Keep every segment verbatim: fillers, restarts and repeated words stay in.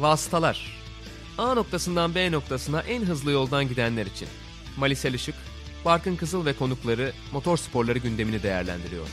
Vasıtalar. A noktasından B noktasına en hızlı yoldan gidenler için. Malisel Işık, Barkın Kızıl ve konukları motor sporları gündemini değerlendiriyor.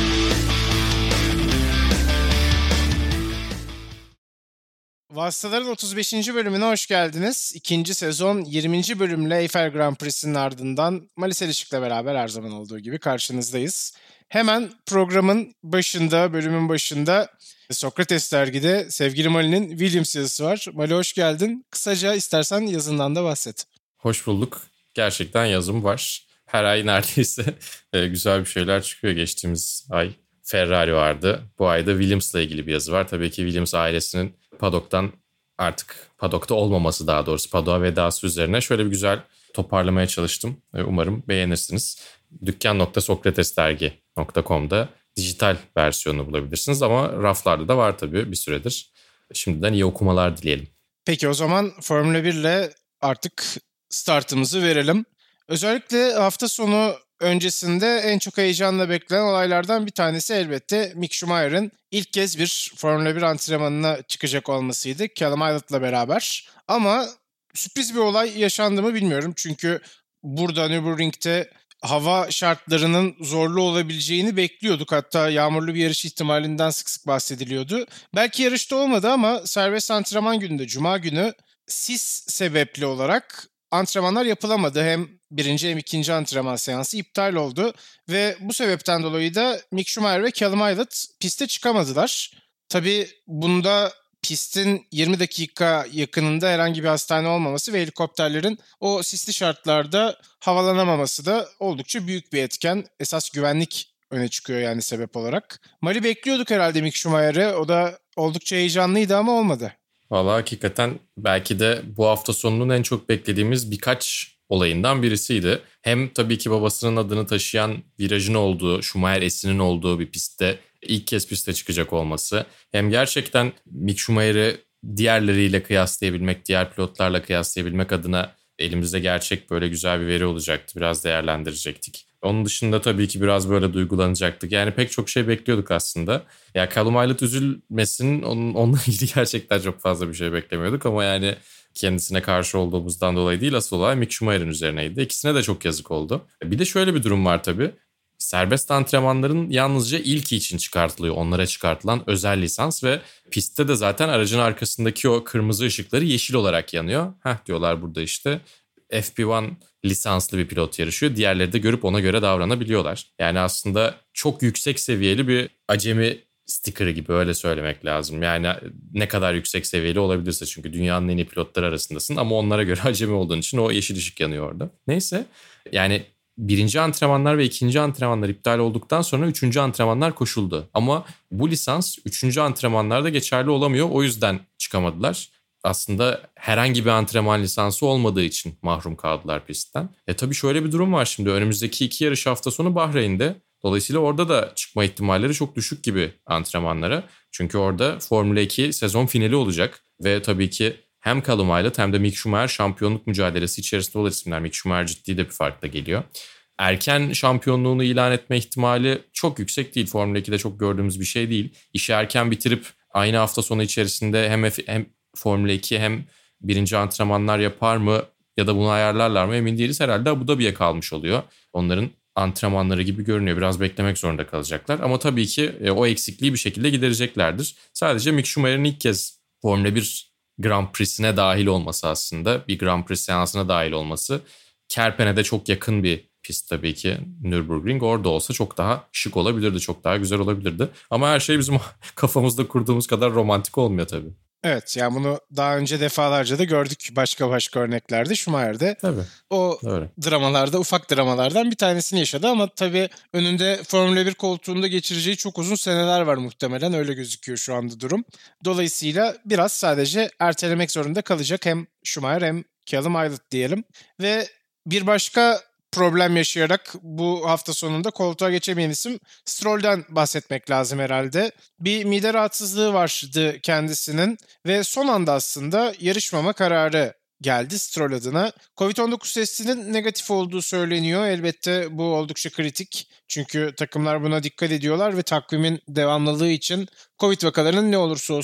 Vasıtaların otuz beşinci bölümüne hoş geldiniz. İkinci sezon yirminci bölümle Eiffel Grand Prix'sinin ardından Malisel Işık'la beraber her zaman olduğu gibi karşınızdayız. Hemen programın başında, bölümün başında Sokrates dergide sevgili Mali'nin Williams yazısı var. Mali hoş geldin. Kısaca istersen yazından da bahset. Hoş bulduk. Gerçekten yazım var. Her ay neredeyse güzel bir şeyler çıkıyor. Geçtiğimiz ay Ferrari vardı. Bu ayda Williams'la ilgili bir yazı var. Tabii ki Williams ailesinin padoktan artık padokta olmaması, daha doğrusu padoğa vedası üzerine şöyle bir güzel toparlamaya çalıştım. Umarım beğenirsiniz. dükkan nokta sokrates dergi nokta com'da dijital versiyonunu bulabilirsiniz ama raflarda da var tabii bir süredir. Şimdiden iyi okumalar dileyelim. Peki o zaman Formula bir ile artık startımızı verelim. Özellikle hafta sonu öncesinde en çok heyecanla beklenen olaylardan bir tanesi elbette Mick Schumacher'ın ilk kez bir Formula bir antrenmanına çıkacak olmasıydı Callum Ilott beraber. Ama sürpriz bir olay yaşandı mı bilmiyorum. Çünkü burada Nürburgring'de hava şartlarının zorlu olabileceğini bekliyorduk. Hatta yağmurlu bir yarış ihtimalinden sık sık bahsediliyordu. Belki yarışta olmadı ama serbest antrenman gününde Cuma günü sis sebepli olarak antrenmanlar yapılamadı. Hem birinci hem ikinci antrenman seansı iptal oldu. Ve bu sebepten dolayı da Mick Schumacher ve Callum Ilott piste çıkamadılar. Tabii bunda pistin yirmi dakika yakınında herhangi bir hastane olmaması ve helikopterlerin o sisli şartlarda havalanamaması da oldukça büyük bir etken. Esas güvenlik öne çıkıyor yani sebep olarak. Mali bekliyorduk herhalde Mick Schumacher'ı. O da oldukça heyecanlıydı ama olmadı. Vallahi hakikaten belki de bu hafta sonunun en çok beklediğimiz birkaç olayından birisiydi. Hem tabii ki babasının adını taşıyan virajın olduğu, Schumacher S'inin olduğu bir pistte ilk kez piste çıkacak olması. Hem gerçekten Mick Schumacher'ı diğerleriyle kıyaslayabilmek, diğer pilotlarla kıyaslayabilmek adına elimizde gerçek böyle güzel bir veri olacaktı. Biraz değerlendirecektik. Onun dışında tabii ki biraz böyle duygulanacaktık. Yani pek çok şey bekliyorduk aslında. Ya Callum Ilott üzülmesin, onun, onunla ilgili gerçekten çok fazla bir şey beklemiyorduk ama yani kendisine karşı olduğumuzdan dolayı değil, asıl olay Mick Schumacher'ın üzerineydi. İkisine de çok yazık oldu. Bir de şöyle bir durum var tabii. Serbest antrenmanların yalnızca ilki için çıkartılıyor. Onlara çıkartılan özel lisans ve pistte de zaten aracın arkasındaki o kırmızı ışıkları yeşil olarak yanıyor. Heh diyorlar burada işte F P bir lisanslı bir pilot yarışıyor. Diğerleri de görüp ona göre davranabiliyorlar. Yani aslında çok yüksek seviyeli bir acemi sticker'ı gibi, öyle söylemek lazım. Yani ne kadar yüksek seviyeli olabilirse, çünkü dünyanın en iyi pilotları arasındasın ama onlara göre acemi olduğun için o yeşil ışık yanıyor orada. Neyse yani birinci antrenmanlar ve ikinci antrenmanlar iptal olduktan sonra üçüncü antrenmanlar koşuldu. Ama bu lisans üçüncü antrenmanlarda geçerli olamıyor. O yüzden çıkamadılar. Aslında herhangi bir antrenman lisansı olmadığı için mahrum kaldılar pistten. E tabii şöyle bir durum var şimdi. Önümüzdeki iki yarış hafta sonu Bahreyn'de. Dolayısıyla orada da çıkma ihtimalleri çok düşük gibi antrenmanlara. Çünkü orada Formula iki sezon finali olacak. Ve tabii ki hem Callum Ilott hem de Mick Schumacher şampiyonluk mücadelesi içerisinde olan isimler. Mick Schumacher ciddi de bir farkla geliyor. Erken şampiyonluğunu ilan etme ihtimali çok yüksek değil. Formula ikide çok gördüğümüz bir şey değil. İşi erken bitirip aynı hafta sonu içerisinde hem, F- hem Formula iki hem birinci antrenmanlar yapar mı ya da bunu ayarlarlar mı emin değiliz. Herhalde Abu Dhabi'ye kalmış oluyor. Onların antrenmanları gibi görünüyor. Biraz beklemek zorunda kalacaklar. Ama tabii ki e, o eksikliği bir şekilde gidereceklerdir. Sadece Mick Schumacher'ın ilk kez Formula bir Grand Prix'sine dahil olması aslında. Bir Grand Prix seansına dahil olması. Kerpene'de çok yakın bir pist tabii ki Nürburgring. Orada olsa çok daha şık olabilirdi. Çok daha güzel olabilirdi. Ama her şey bizim kafamızda kurduğumuz kadar romantik olmuyor tabii. Evet, yani bunu daha önce defalarca da gördük başka başka örneklerde. Schumacher'de Tabii, o doğru. dramalarda, ufak dramalardan bir tanesini yaşadı ama tabii önünde Formula bir koltuğunda geçireceği çok uzun seneler var muhtemelen, öyle gözüküyor şu anda durum. Dolayısıyla biraz sadece ertelemek zorunda kalacak hem Schumacher hem Callum Ilott diyelim. Ve bir başka problem yaşayarak bu hafta sonunda koltuğa geçemeyen isim Stroll'den bahsetmek lazım herhalde. Bir mide rahatsızlığı vardı kendisinin ve son anda aslında yarışmama kararı geldi Stroll adına. covid on dokuz testinin negatif olduğu söyleniyor. Elbette bu oldukça kritik. Çünkü takımlar buna dikkat ediyorlar ve takvimin devamlılığı için Covid vakalarının ne olursa olsun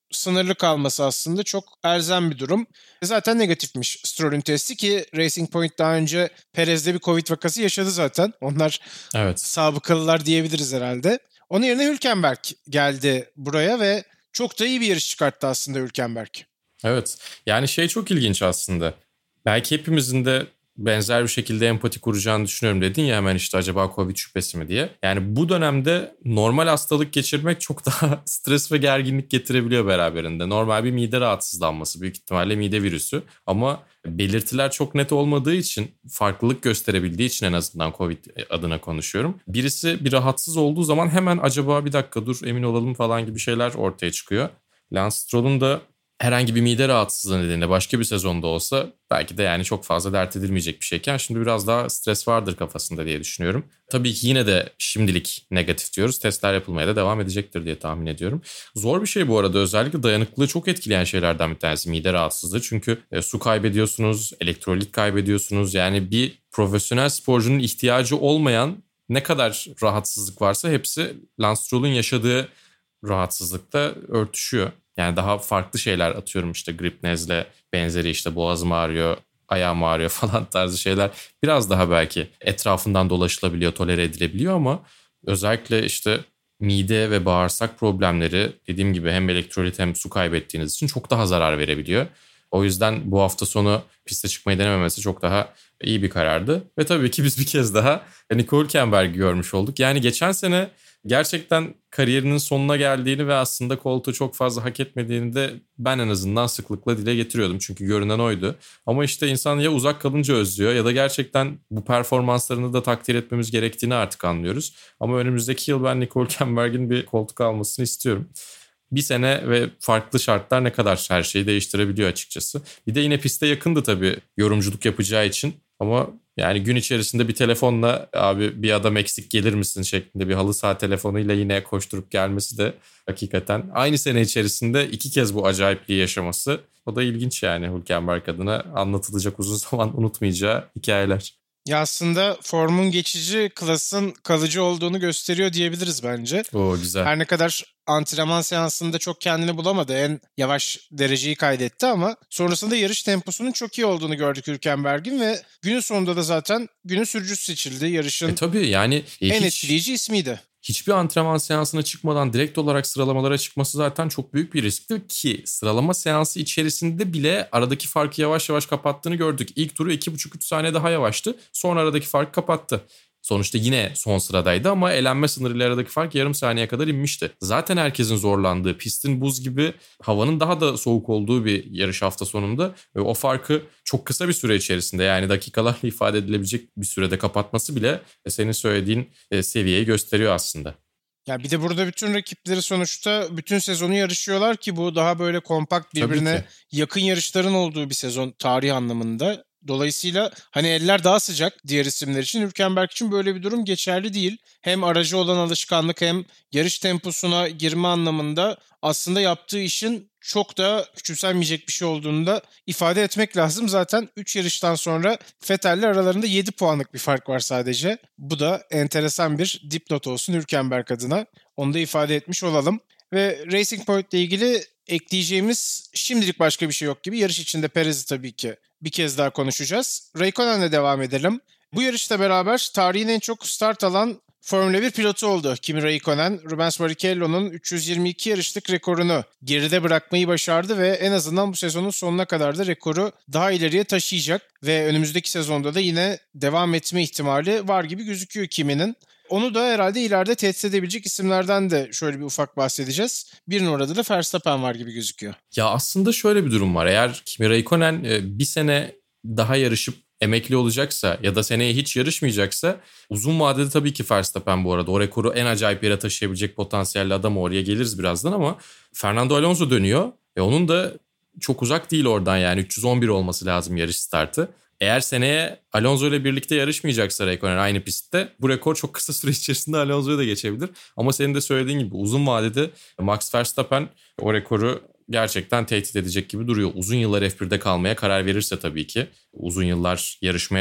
sınırlı kalması aslında çok elzem bir durum. Zaten negatifmiş Stroll'ün testi ki Racing Point daha önce Perez'de bir Covid vakası yaşadı zaten. Onlar Evet. sabıkalılar diyebiliriz herhalde. Onun yerine Hülkenberg geldi buraya ve çok da iyi bir yarış çıkarttı aslında Hülkenberg. Evet. Yani şey çok ilginç aslında. Belki hepimizin de benzer bir şekilde empati kuracağını düşünüyorum dedin ya hemen işte acaba Covid şüphesi mi diye. Yani bu dönemde normal hastalık geçirmek çok daha stres ve gerginlik getirebiliyor beraberinde. Normal bir mide rahatsızlanması, büyük ihtimalle mide virüsü, ama belirtiler çok net olmadığı için, farklılık gösterebildiği için en azından Covid adına konuşuyorum. Birisi bir rahatsız olduğu zaman hemen acaba bir dakika dur emin olalım falan gibi şeyler ortaya çıkıyor. Lance Stroll'un da herhangi bir mide rahatsızlığı nedeniyle başka bir sezonda olsa belki de yani çok fazla dert edilmeyecek bir şeyken şimdi biraz daha stres vardır kafasında diye düşünüyorum. Tabii ki yine de şimdilik negatif diyoruz. Testler yapılmaya da devam edecektir diye tahmin ediyorum. Zor bir şey bu arada, özellikle dayanıklılığı çok etkileyen şeylerden bir tanesi mide rahatsızlığı. Çünkü e, su kaybediyorsunuz, elektrolit kaybediyorsunuz. Yani bir profesyonel sporcunun ihtiyacı olmayan ne kadar rahatsızlık varsa hepsi Lance Stroll'un yaşadığı rahatsızlıkta örtüşüyor. Yani daha farklı şeyler, atıyorum işte grip, nezle benzeri, işte boğazım ağrıyor, ayağım ağrıyor falan tarzı şeyler biraz daha belki etrafından dolaşılabiliyor, tolere edilebiliyor, ama özellikle işte mide ve bağırsak problemleri dediğim gibi hem elektrolit hem su kaybettiğiniz için çok daha zarar verebiliyor. O yüzden bu hafta sonu piste çıkmayı denememesi çok daha iyi bir karardı. Ve tabii ki biz bir kez daha Nico Hülkenberg'i görmüş olduk. Yani geçen sene gerçekten kariyerinin sonuna geldiğini ve aslında koltuğu çok fazla hak etmediğini de ben en azından sıklıkla dile getiriyordum. Çünkü görünen oydu. Ama işte insan ya uzak kalınca özlüyor ya da gerçekten bu performanslarını da takdir etmemiz gerektiğini artık anlıyoruz. Ama önümüzdeki yıl ben Nico Hülkenberg'in bir koltuk almasını istiyorum. Bir sene ve farklı şartlar ne kadar her şeyi değiştirebiliyor açıkçası. Bir de yine piste yakındı tabii yorumculuk yapacağı için. Ama yani gün içerisinde bir telefonla abi bir adam eksik gelir misin şeklinde bir halı saha telefonuyla yine koşturup gelmesi de hakikaten aynı sene içerisinde iki kez bu acayipliği yaşaması, o da ilginç yani Hülkenberg adına anlatılacak uzun zaman unutmayacağı hikayeler. Ya aslında formun geçici, klasın kalıcı olduğunu gösteriyor diyebiliriz bence. Oo, güzel. Her ne kadar antrenman seansında çok kendini bulamadı. En yavaş dereceyi kaydetti ama sonrasında yarış temposunun çok iyi olduğunu gördük Hülkenberg'in ve günün sonunda da zaten günün sürücüsü seçildi. Yarışın e, tabii yani e, en hiç... etkileyici ismiydi. Hiçbir antrenman seansına çıkmadan direkt olarak sıralamalara çıkması zaten çok büyük bir riskti ki sıralama seansı içerisinde bile aradaki farkı yavaş yavaş kapattığını gördük. İlk turu iki buçuk üç saniye daha yavaştı. Sonra aradaki farkı kapattı. Sonuçta yine son sıradaydı ama elenme sınırıyla aradaki fark yarım saniyeye kadar inmişti. Zaten herkesin zorlandığı, pistin buz gibi, havanın daha da soğuk olduğu bir yarış hafta sonunda ve o farkı çok kısa bir süre içerisinde, yani dakikalarla ifade edilebilecek bir sürede kapatması bile senin söylediğin seviyeyi gösteriyor aslında. Ya bir de burada bütün rakipleri sonuçta bütün sezonu yarışıyorlar ki bu daha böyle kompakt, birbirine yakın yarışların olduğu bir sezon tarih anlamında. Dolayısıyla hani eller daha sıcak diğer isimler için. Hülkenberg için böyle bir durum geçerli değil. Hem aracı olan alışkanlık hem yarış temposuna girme anlamında aslında yaptığı işin çok da küçümsenmeyecek bir şey olduğunu da ifade etmek lazım. Zaten üç yarıştan sonra Vettel'le aralarında yedi puanlık bir fark var sadece. Bu da enteresan bir dipnot olsun Hülkenberg adına. Onu da ifade etmiş olalım. Ve Racing Point ile ilgili ekleyeceğimiz şimdilik başka bir şey yok gibi. Yarış içinde Perez'i tabii ki bir kez daha konuşacağız. Raikkonen'le devam edelim. Bu yarışla beraber tarihin en çok start alan Formula bir pilotu oldu Kimi Raikkonen. Rubens Barrichello'nun üç yüz yirmi iki yarışlık rekorunu geride bırakmayı başardı ve en azından bu sezonun sonuna kadar da rekoru daha ileriye taşıyacak ve önümüzdeki sezonda da yine devam etme ihtimali var gibi gözüküyor Kimi'nin. Onu da herhalde ileride tehdit edebilecek isimlerden de şöyle bir ufak bahsedeceğiz. Bir numarada da Verstappen var gibi gözüküyor. Ya aslında şöyle bir durum var. Eğer Kimi Raikkonen bir sene daha yarışıp emekli olacaksa ya da seneye hiç yarışmayacaksa, uzun vadede tabii ki Verstappen bu arada o rekoru en acayip yere taşıyabilecek potansiyelli adam, oraya geliriz birazdan, ama Fernando Alonso dönüyor ve onun da çok uzak değil oradan, yani üç yüz on bir olması lazım yarış startı. Eğer seneye Alonso ile birlikte yarışmayacaksa Raikkonen aynı pistte, bu rekor çok kısa süre içerisinde Alonso'ya da geçebilir. Ama senin de söylediğin gibi uzun vadede Max Verstappen o rekoru gerçekten tehdit edecek gibi duruyor. Uzun yıllar F bir'de kalmaya karar verirse tabii ki, uzun yıllar yarışmaya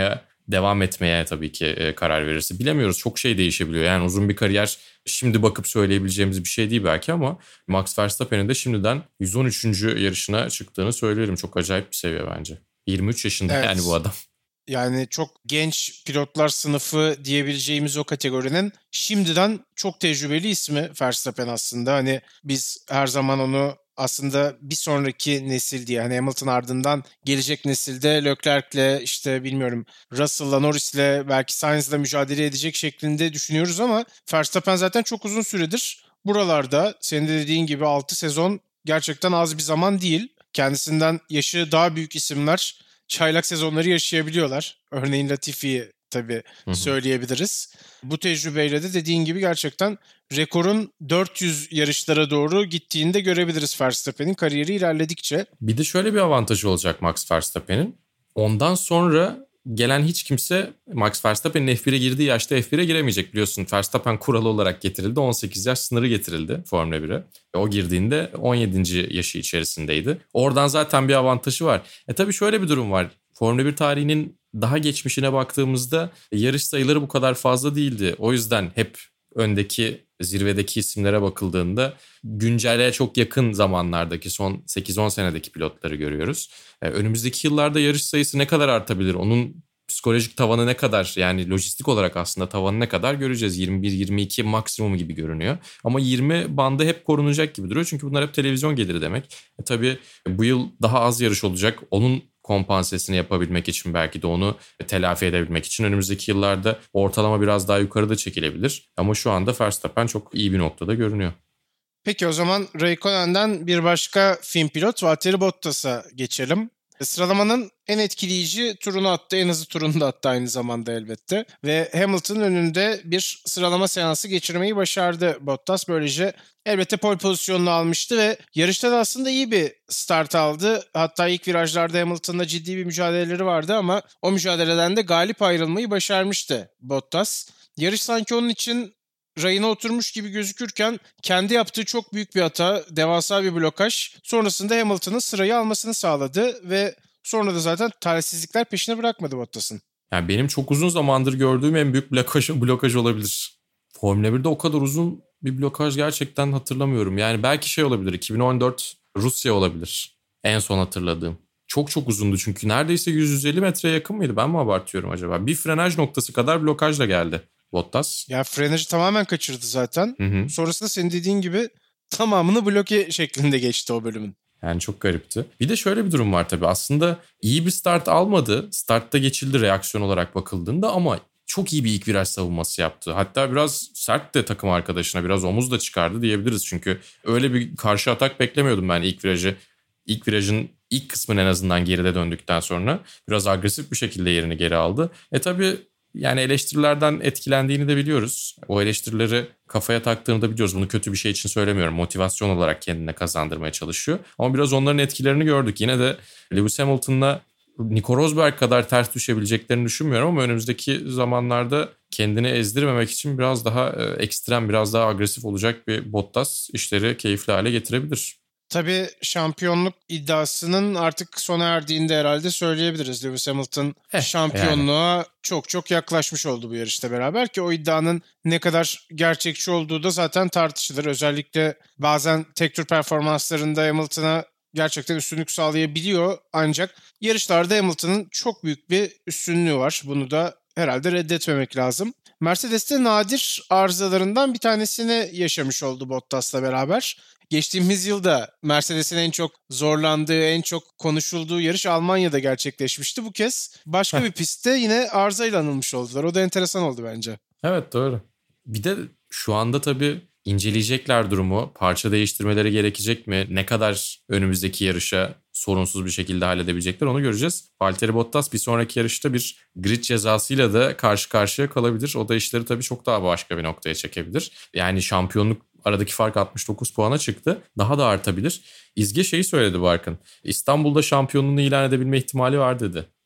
devam etmeye tabii ki e, karar verirse. Bilemiyoruz, çok şey değişebiliyor. Yani uzun bir kariyer şimdi bakıp söyleyebileceğimiz bir şey değil belki ama Max Verstappen'in de şimdiden yüz on üçüncü yarışına çıktığını söyleyelim. Çok acayip bir seviye bence. yirmi üç yaşında Evet. yani bu adam. Yani çok genç pilotlar sınıfı diyebileceğimiz o kategorinin şimdiden çok tecrübeli ismi Verstappen aslında. Hani biz her zaman onu aslında bir sonraki nesil diye, hani Hamilton ardından gelecek nesilde Leclerc'le işte bilmiyorum Russell'la Norris'le belki Sainz'la mücadele edecek şeklinde düşünüyoruz ama Verstappen zaten çok uzun süredir buralarda. Senin de dediğin gibi altı sezon gerçekten az bir zaman değil. Kendisinden yaşı daha büyük isimler çaylak sezonları yaşayabiliyorlar. Örneğin Latifi'yi tabii Hı hı. söyleyebiliriz. Bu tecrübeyle de dediğin gibi gerçekten rekorun dört yüz yarışlara doğru gittiğini de görebiliriz Verstappen'in kariyeri ilerledikçe. Bir de şöyle bir avantajı olacak Max Verstappen'in. Ondan sonra gelen hiç kimse Max Verstappen'in F bire girdiği yaşta F bire giremeyecek, biliyorsun. Verstappen kuralı olarak getirildi. on sekiz yaş sınırı getirildi Formula bire. O girdiğinde on yedinci yaşı içerisindeydi. Oradan zaten bir avantajı var. E tabii şöyle bir durum var. Formula bir tarihinin daha geçmişine baktığımızda yarış sayıları bu kadar fazla değildi. O yüzden hep öndeki, zirvedeki isimlere bakıldığında güncele çok yakın zamanlardaki son sekiz on senedeki pilotları görüyoruz. Ee, önümüzdeki yıllarda yarış sayısı ne kadar artabilir? Onun psikolojik tavanı ne kadar, yani lojistik olarak aslında tavanı ne kadar göreceğiz. yirmi bir yirmi iki maksimum gibi görünüyor. Ama yirmi bandı hep korunacak gibi duruyor. Çünkü bunlar hep televizyon geliri demek. E, tabii bu yıl daha az yarış olacak. Onun kompansesini yapabilmek için, belki de onu telafi edebilmek için önümüzdeki yıllarda ortalama biraz daha yukarıda çekilebilir. Ama şu anda Verstappen çok iyi bir noktada görünüyor. Peki o zaman Raikkonen'den bir başka Fin pilot Valtteri Bottas'a geçelim. Sıralamanın en etkileyici turunu attı, en hızlı turunu da attı aynı zamanda elbette. Ve Hamilton'ın önünde bir sıralama seansı geçirmeyi başardı Bottas. Böylece elbette pole pozisyonunu almıştı ve yarışta da aslında iyi bir start aldı. Hatta ilk virajlarda Hamilton'la ciddi bir mücadeleleri vardı ama o mücadeleden de galip ayrılmayı başarmıştı Bottas. Yarış sanki onun için rayına oturmuş gibi gözükürken kendi yaptığı çok büyük bir hata, devasa bir blokaj sonrasında Hamilton'ın sırayı almasını sağladı ve sonra da zaten talihsizlikler peşine bırakmadı Bottas'ın. Yani benim çok uzun zamandır gördüğüm en büyük blokaj, blokaj olabilir. Formula birde o kadar uzun bir blokaj gerçekten hatırlamıyorum. Yani belki şey olabilir, iki bin on dört Rusya olabilir en son hatırladığım. Çok çok uzundu çünkü neredeyse yüz yüz elli metreye yakın mıydı? Ben mi abartıyorum acaba? Bir frenaj noktası kadar blokajla geldi Bottas. Ya frenajı tamamen kaçırdı zaten. Hı hı. Sonrasında senin dediğin gibi tamamını bloke şeklinde geçti o bölümün. Yani çok garipti. Bir de şöyle bir durum var tabii. Aslında iyi bir start almadı. Startta geçildi reaksiyon olarak bakıldığında ama çok iyi bir ilk viraj savunması yaptı. Hatta biraz sert de takım arkadaşına, biraz omuz da çıkardı diyebiliriz. Çünkü öyle bir karşı atak beklemiyordum ben ilk virajı. İlk virajın ilk kısmını en azından geride döndükten sonra biraz agresif bir şekilde yerini geri aldı. E tabii yani eleştirilerden etkilendiğini de biliyoruz. O eleştirileri kafaya taktığını da biliyoruz. Bunu kötü bir şey için söylemiyorum. Motivasyon olarak kendine kazandırmaya çalışıyor. Ama biraz onların etkilerini gördük. Yine de Lewis Hamilton'la Nico Rosberg kadar ters düşebileceklerini düşünmüyorum ama önümüzdeki zamanlarda kendini ezdirmemek için biraz daha ekstrem, biraz daha agresif olacak bir Bottas işleri keyifli hale getirebilir. Tabii şampiyonluk iddiasının artık sona erdiğinde herhalde söyleyebiliriz. Lewis Hamilton Heh, şampiyonluğa yani. çok çok yaklaşmış oldu bu yarışta beraber ki o iddianın ne kadar gerçekçi olduğu da zaten tartışılır. Özellikle bazen tek tur performanslarında Hamilton'a gerçekten üstünlük sağlayabiliyor ancak yarışlarda Hamilton'ın çok büyük bir üstünlüğü var. Bunu da herhalde reddetmemek lazım. Mercedes'te nadir arızalarından bir tanesini yaşamış oldu Bottas'la beraber. Geçtiğimiz yılda Mercedes'in en çok zorlandığı, en çok konuşulduğu yarış Almanya'da gerçekleşmişti. Bu kez başka bir pistte yine arızayla anılmış oldular. O da enteresan oldu bence. Evet, doğru. Bir de şu anda tabii inceleyecekler durumu. Parça değiştirmeleri gerekecek mi? Ne kadar önümüzdeki yarışa sorunsuz bir şekilde halledebilecekler onu göreceğiz. Valtteri Bottas bir sonraki yarışta bir grid cezasıyla da karşı karşıya kalabilir. O da işleri tabii çok daha başka bir noktaya çekebilir. Yani şampiyonluk aradaki fark altmış dokuz puana çıktı. Daha da artabilir. İzge şeyi söyledi Barkın. İstanbul'da şampiyonluğunu ilan edebilme ihtimali var dedi.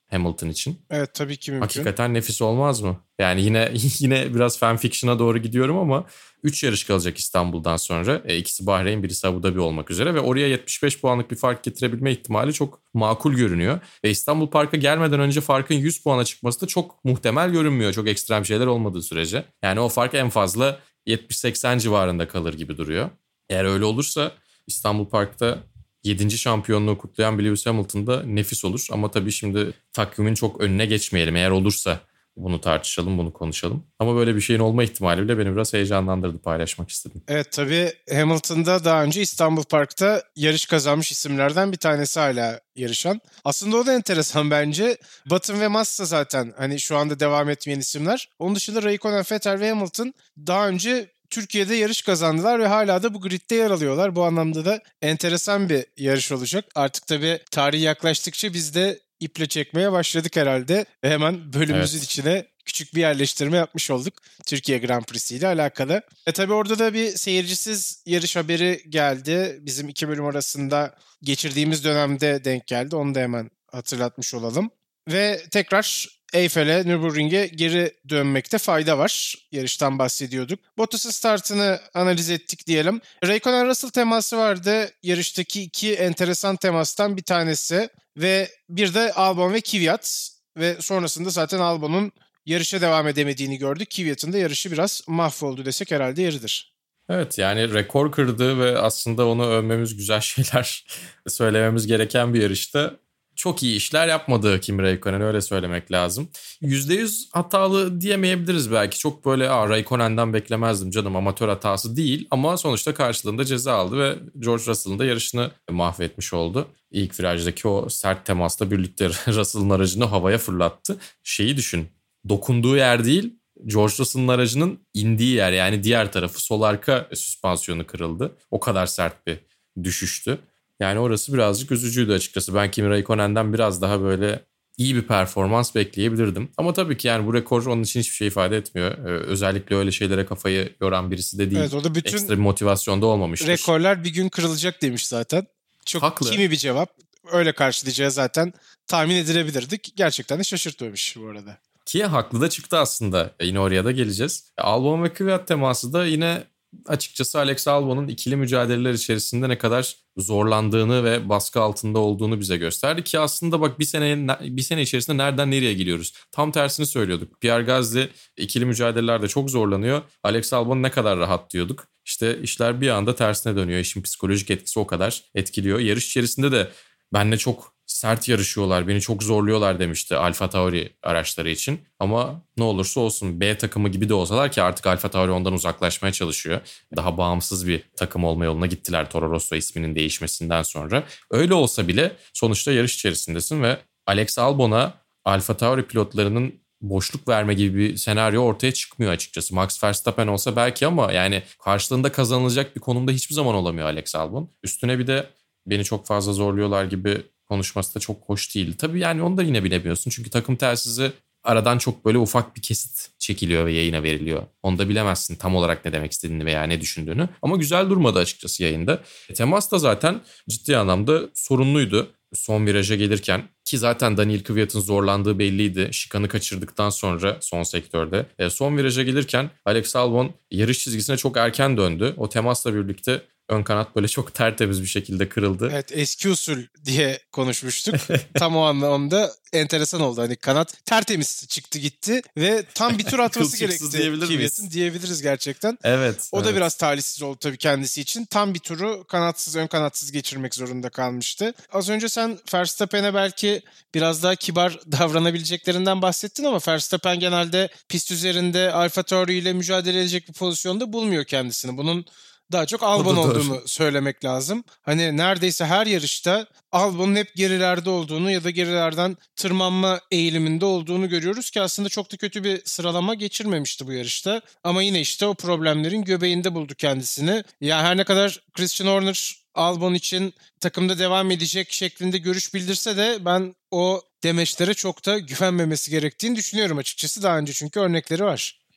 Hamilton için. Evet, tabii ki mümkün. Hakikaten nefis olmaz mı? Yani yine yine biraz fanfiction'a doğru gidiyorum ama üç yarış kalacak İstanbul'dan sonra. E, ikisi Bahreyn, birisi Abu Dhabi olmak üzere ve oraya yetmiş beş puanlık bir fark getirebilme ihtimali çok makul görünüyor. Ve İstanbul Park'a gelmeden önce farkın yüz puana çıkması da çok muhtemel görünmüyor. Çok ekstrem şeyler olmadığı sürece. Yani o fark en fazla yetmiş seksen civarında kalır gibi duruyor. Eğer öyle olursa İstanbul Park'ta yedinci şampiyonluğu kutlayan bir Lewis Hamilton'da nefis olur. Ama tabii şimdi takvimin çok önüne geçmeyelim. Eğer olursa bunu tartışalım, bunu konuşalım. Ama böyle bir şeyin olma ihtimali bile beni biraz heyecanlandırdı, paylaşmak istedim. Evet, tabii Hamilton'da daha önce İstanbul Park'ta yarış kazanmış isimlerden bir tanesi hala yarışan. Aslında o da enteresan bence. Button ve Massa zaten hani şu anda devam etmeyen isimler. Onun dışında Raikkonen, Vettel ve Hamilton daha önce Türkiye'de yarış kazandılar ve hala da bu gridde yer alıyorlar. Bu anlamda da enteresan bir yarış olacak. Artık tabii tarih yaklaştıkça biz de iple çekmeye başladık herhalde. Ve hemen bölümümüzün evet. içine küçük bir yerleştirme yapmış olduk. Türkiye Grand Prix'si ile alakalı. E tabii orada da bir seyircisiz yarış haberi geldi. Bizim iki bölüm arasında geçirdiğimiz dönemde denk geldi. Onu da hemen hatırlatmış olalım. Ve tekrar Eyfel'e, Nürburgring'e geri dönmekte fayda var. Yarıştan bahsediyorduk. Bottas'ın startını analiz ettik diyelim. Raikkonen-Russell teması vardı. Yarıştaki iki enteresan temastan bir tanesi. Ve bir de Albon ve Kvyat. Ve sonrasında zaten Albon'un yarışa devam edemediğini gördük. Kvyat'ın da yarışı biraz mahvoldu desek herhalde yeridir. Evet, yani rekor kırdı ve aslında onu övmemiz, güzel şeyler söylememiz gereken bir yarışta çok iyi işler yapmadı Kimi Räikkönen, öyle söylemek lazım. yüzde yüz hatalı diyemeyebiliriz belki. Çok böyle Aa, Räikkönen'den beklemezdim canım, amatör hatası değil. Ama sonuçta karşılığında ceza aldı ve George Russell'ın da yarışını mahvetmiş oldu. İlk virajdaki o sert temasla birlikte Russell'ın aracını havaya fırlattı. Şeyi düşün, dokunduğu yer değil, George Russell'ın aracının indiği yer, yani diğer tarafı, sol arka süspansiyonu kırıldı. O kadar sert bir düşüştü. Yani orası birazcık üzücüydü açıkçası. Ben Kimi Räikkönen'den biraz daha böyle iyi bir performans bekleyebilirdim. Ama tabii ki yani bu rekor onun için hiçbir şey ifade etmiyor. Ee, özellikle öyle şeylere kafayı yoran birisi de değil. Evet, o da bütün ekstra bir motivasyonda olmamıştır. Rekorlar bir gün kırılacak demiş zaten. Çok haklı. Kimi bir cevap. Öyle karşılayacağı zaten tahmin edilebilirdik. Gerçekten de şaşırtmamış bu arada. Ki haklı da çıktı aslında. E yine oraya da geleceğiz. Albon ve Kvyat teması da yine açıkçası Alex Albon'un ikili mücadeleler içerisinde ne kadar zorlandığını ve baskı altında olduğunu bize gösterdi ki aslında bak bir sene bir sene içerisinde nereden nereye geliyoruz? Tam tersini söylüyorduk. Pierre Gasly ikili mücadelelerde çok zorlanıyor. Alex Albon ne kadar rahat diyorduk. İşte işler bir anda tersine dönüyor. İşin psikolojik etkisi o kadar etkiliyor. Yarış içerisinde de benle çok sert yarışıyorlar, beni çok zorluyorlar demişti Alfa Tauri araçları için. Ama ne olursa olsun B takımı gibi de olsalar, ki artık Alfa Tauri ondan uzaklaşmaya çalışıyor. Daha bağımsız bir takım olma yoluna gittiler Toro Rosso isminin değişmesinden sonra. Öyle olsa bile sonuçta yarış içerisindesin ve Alex Albon'a Alfa Tauri pilotlarının boşluk verme gibi bir senaryo ortaya çıkmıyor açıkçası. Max Verstappen olsa belki ama yani karşılığında kazanılacak bir konumda hiçbir zaman olamıyor Alex Albon. Üstüne bir de beni çok fazla zorluyorlar gibi konuşması da çok hoş değildi. Tabii yani onu da yine bilemiyorsun. Çünkü takım telsizi aradan çok böyle ufak bir kesit çekiliyor ve yayına veriliyor. Onu da bilemezsin tam olarak ne demek istediğini veya ne düşündüğünü. Ama güzel durmadı açıkçası yayında. E, temas da zaten ciddi anlamda sorunluydu. Son viraja gelirken, ki zaten Daniil Kvyat'ın zorlandığı belliydi. Şikanı kaçırdıktan sonra son sektörde. E, son viraja gelirken Alex Albon yarış çizgisine çok erken döndü. O temasla birlikte ön kanat böyle çok tertemiz bir şekilde kırıldı. Evet, eski usul diye konuşmuştuk. Tam o anlamda enteresan oldu. Hani kanat tertemiz çıktı gitti ve tam bir tur atması gerekti. Kvyat'ın diyebiliriz gerçekten. Evet. O evet. da biraz talihsiz oldu tabii kendisi için. Tam bir turu kanatsız, ön kanatsız geçirmek zorunda kalmıştı. Az önce sen Verstappen'e belki biraz daha kibar davranabileceklerinden bahsettin ama Verstappen genelde pist üzerinde Alfa Tauri ile mücadele edecek bir pozisyonda bulmuyor kendisini. Bunun daha çok Albon olduğunu söylemek lazım. Hani neredeyse her yarışta Albon'un hep gerilerde olduğunu ya da gerilerden tırmanma eğiliminde olduğunu görüyoruz ki aslında çok da kötü bir sıralama geçirmemişti bu yarışta. Ama yine işte o problemlerin göbeğinde buldu kendisini. Ya her ne kadar Christian Horner Albon için takımda devam edecek şeklinde görüş bildirse de ben o demeçlere çok da güvenmemesi gerektiğini düşünüyorum açıkçası, daha önce çünkü örnekleri var.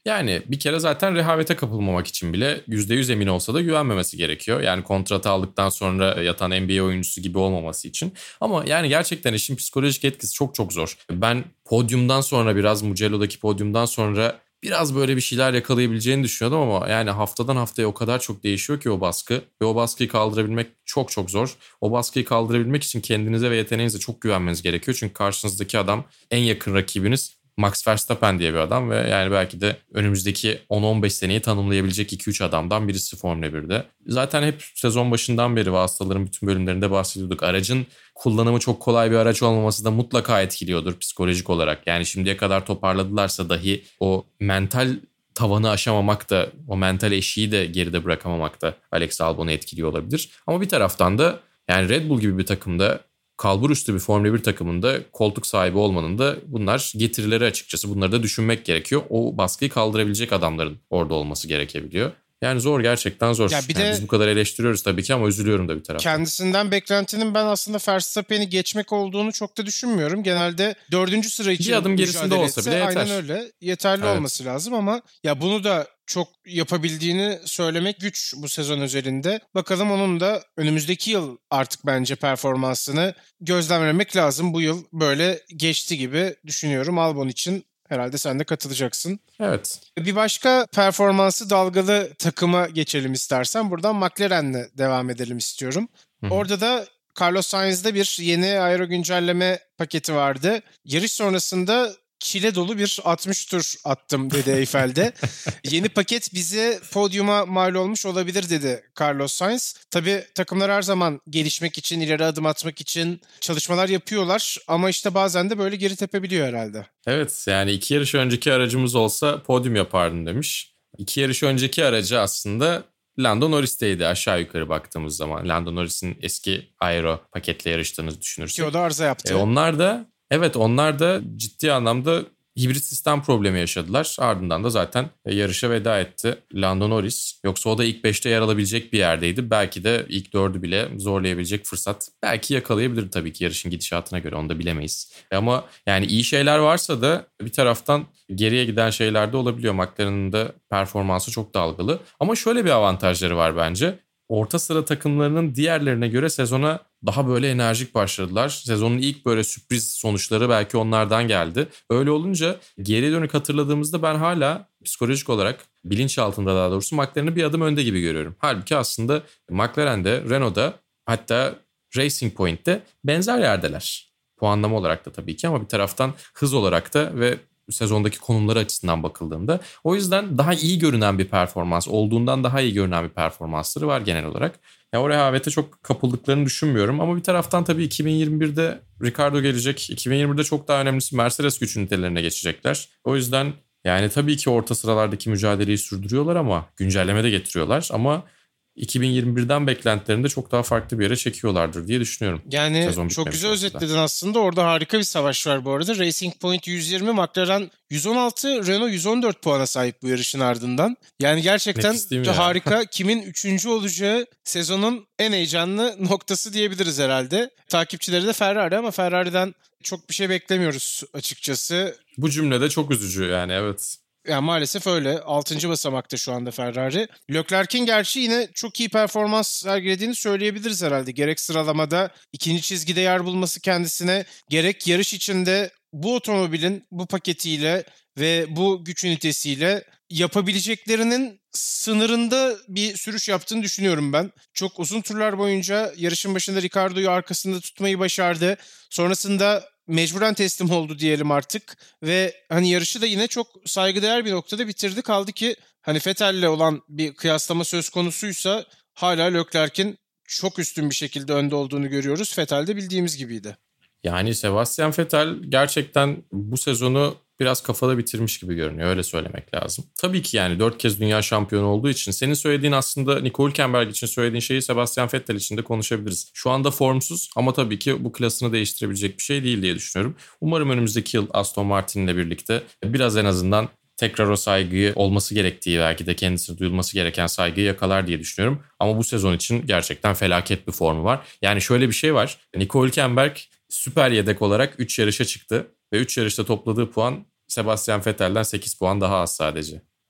Yani bir kere zaten rehavete kapılmamak için bile yüzde yüz emin olsa da güvenmemesi gerekiyor. Yani kontratı aldıktan sonra yatan N B A oyuncusu gibi olmaması için. Ama yani gerçekten işin psikolojik etkisi çok çok zor. Ben podyumdan sonra biraz Mugello'daki podyumdan sonra biraz böyle bir şeyler yakalayabileceğini düşünüyordum ama yani haftadan haftaya o kadar çok değişiyor ki o baskı ve o baskıyı kaldırabilmek çok çok zor. O baskıyı kaldırabilmek için kendinize ve yeteneğinize çok güvenmeniz gerekiyor. Çünkü karşınızdaki adam en yakın rakibiniz Max Verstappen diye bir adam ve yani belki de önümüzdeki on on beş seneyi tanımlayabilecek iki üç adamdan birisi Formula birde. Zaten hep sezon başından beri vasıtaların bütün bölümlerinde bahsediyorduk. Aracın kullanımı çok kolay bir araç olmaması da mutlaka etkiliyordur psikolojik olarak. Yani şimdiye kadar toparladılarsa dahi o mental tavanı aşamamak da, o mental eşiği de geride bırakamamak da Alex Albon'u etkiliyor olabilir. Ama bir taraftan da yani Red Bull gibi bir takımda, kalbur üstü bir Formula bir takımında koltuk sahibi olmanın da bunlar getirileri açıkçası. Bunları da düşünmek gerekiyor. O baskıyı kaldırabilecek adamların orada olması gerekebiliyor. Yani zor, gerçekten zor. Ya bir yani de biz bu kadar eleştiriyoruz tabii ki ama üzülüyorum da bir taraftan. Kendisinden beklentinin ben aslında Verstappen'i geçmek olduğunu çok da düşünmüyorum. Genelde dördüncü sıra için bir adım gerisinde olsa etse, bile yeter. aynen öyle. Yeterli Evet. olması lazım ama ya bunu da çok yapabildiğini söylemek güç bu sezon özelinde. Bakalım onun da önümüzdeki yıl artık bence performansını gözlemlemek lazım. Bu yıl böyle geçti gibi düşünüyorum Albon için. Herhalde sen de katılacaksın. Evet. Bir başka performansı dalgalı takıma geçelim istersen. Buradan McLaren'le devam edelim istiyorum. Hı hı. Orada da Carlos Sainz'de bir yeni aero güncelleme paketi vardı. Yarış sonrasında çile dolu bir altmış tur attım dedi Eyfel'de. Yeni paket bize podyuma mal olmuş olabilir dedi Carlos Sainz. Tabii takımlar her zaman gelişmek için, ileri adım atmak için çalışmalar yapıyorlar. Ama işte bazen de böyle geri tepebiliyor herhalde. Evet, yani iki yarış önceki aracımız olsa podyum yapardım demiş. İki yarış önceki aracı aslında Lando Norris'teydi aşağı yukarı baktığımız zaman. Lando Norris'in eski aero paketle yarıştığını düşünürsek. Ki o da arıza yaptı. E onlar da Evet onlar da ciddi anlamda hibrit sistem problemi yaşadılar. Ardından da zaten yarışa veda etti Lando Norris. Yoksa o da ilk beşte yer alabilecek bir yerdeydi. Belki de ilk dördü bile zorlayabilecek fırsat belki yakalayabilir tabii ki yarışın gidişatına göre, onu da bilemeyiz. Ama yani iyi şeyler varsa da bir taraftan geriye giden şeyler de olabiliyor. McLaren'ın da performansı çok dalgalı. Ama şöyle bir avantajları var bence. Orta sıra takımlarının diğerlerine göre sezona daha böyle enerjik başladılar. Sezonun ilk böyle sürpriz sonuçları belki onlardan geldi. Öyle olunca geriye dönük hatırladığımızda ben hala psikolojik olarak, bilinç altında daha doğrusu McLaren'ı bir adım önde gibi görüyorum. Halbuki aslında McLaren'de, Renault'da, hatta Racing Point'te benzer yerdeler. Puanlama olarak da tabii ki ama bir taraftan hız olarak da ve sezondaki konumları açısından bakıldığında. O yüzden daha iyi görünen bir performans, olduğundan daha iyi görünen bir performansları var genel olarak. Ya o rehavete çok kapıldıklarını düşünmüyorum ama bir taraftan tabii iki bin yirmi birde Ricardo gelecek. iki bin yirmi birde çok daha önemlisi Mercedes güç ünitelerine geçecekler. O yüzden yani tabii ki orta sıralardaki mücadeleyi sürdürüyorlar ama güncelleme de getiriyorlar ama iki bin yirmi birden beklentilerini de çok daha farklı bir yere çekiyorlardır diye düşünüyorum. Yani çok güzel özetledin aslında. Orada harika bir savaş var bu arada. Racing Point yüz yirmi, McLaren yüz on altı, Renault yüz on dört puana sahip bu yarışın ardından. Yani gerçekten harika. Kimin üçüncü olacağı sezonun en heyecanlı noktası diyebiliriz herhalde. Takipçileri de Ferrari ama Ferrari'den çok bir şey beklemiyoruz açıkçası. Bu cümle de çok üzücü yani, evet. Yani maalesef öyle. altıncı basamakta şu anda Ferrari. Leclerc'in gerçi yine çok iyi performans sergilediğini söyleyebiliriz herhalde. Gerek sıralamada ikinci çizgide yer bulması kendisine, gerek yarış içinde bu otomobilin bu paketiyle ve bu güç ünitesiyle yapabileceklerinin sınırında bir sürüş yaptığını düşünüyorum ben. Çok uzun turlar boyunca yarışın başında Ricardo'yu arkasında tutmayı başardı. Sonrasında mecburen teslim oldu diyelim artık ve hani yarışı da yine çok saygıdeğer bir noktada bitirdi. Kaldı ki hani Vettel'le olan bir kıyaslama söz konusuysa hala Leclerc'in çok üstün bir şekilde önde olduğunu görüyoruz. Vettel de bildiğimiz gibiydi. Yani Sebastian Vettel gerçekten bu sezonu biraz kafada bitirmiş gibi görünüyor, öyle söylemek lazım. Tabii ki yani dört kez dünya şampiyonu olduğu için senin söylediğin, aslında Nico Hülkenberg için söylediğin şeyi Sebastian Vettel için de konuşabiliriz. Şu anda formsuz ama tabii ki bu klasını değiştirebilecek bir şey değil diye düşünüyorum. Umarım önümüzdeki yıl Aston Martin'le birlikte biraz en azından tekrar o saygıyı, olması gerektiği, belki de kendisine duyulması gereken saygıyı yakalar diye düşünüyorum. Ama bu sezon için gerçekten felaket bir formu var. Yani şöyle bir şey var. Nico Hülkenberg süper yedek olarak üç yarışa çıktı ve üç yarışta topladığı puan Sebastian Vettel'den sekiz puan daha az sadece.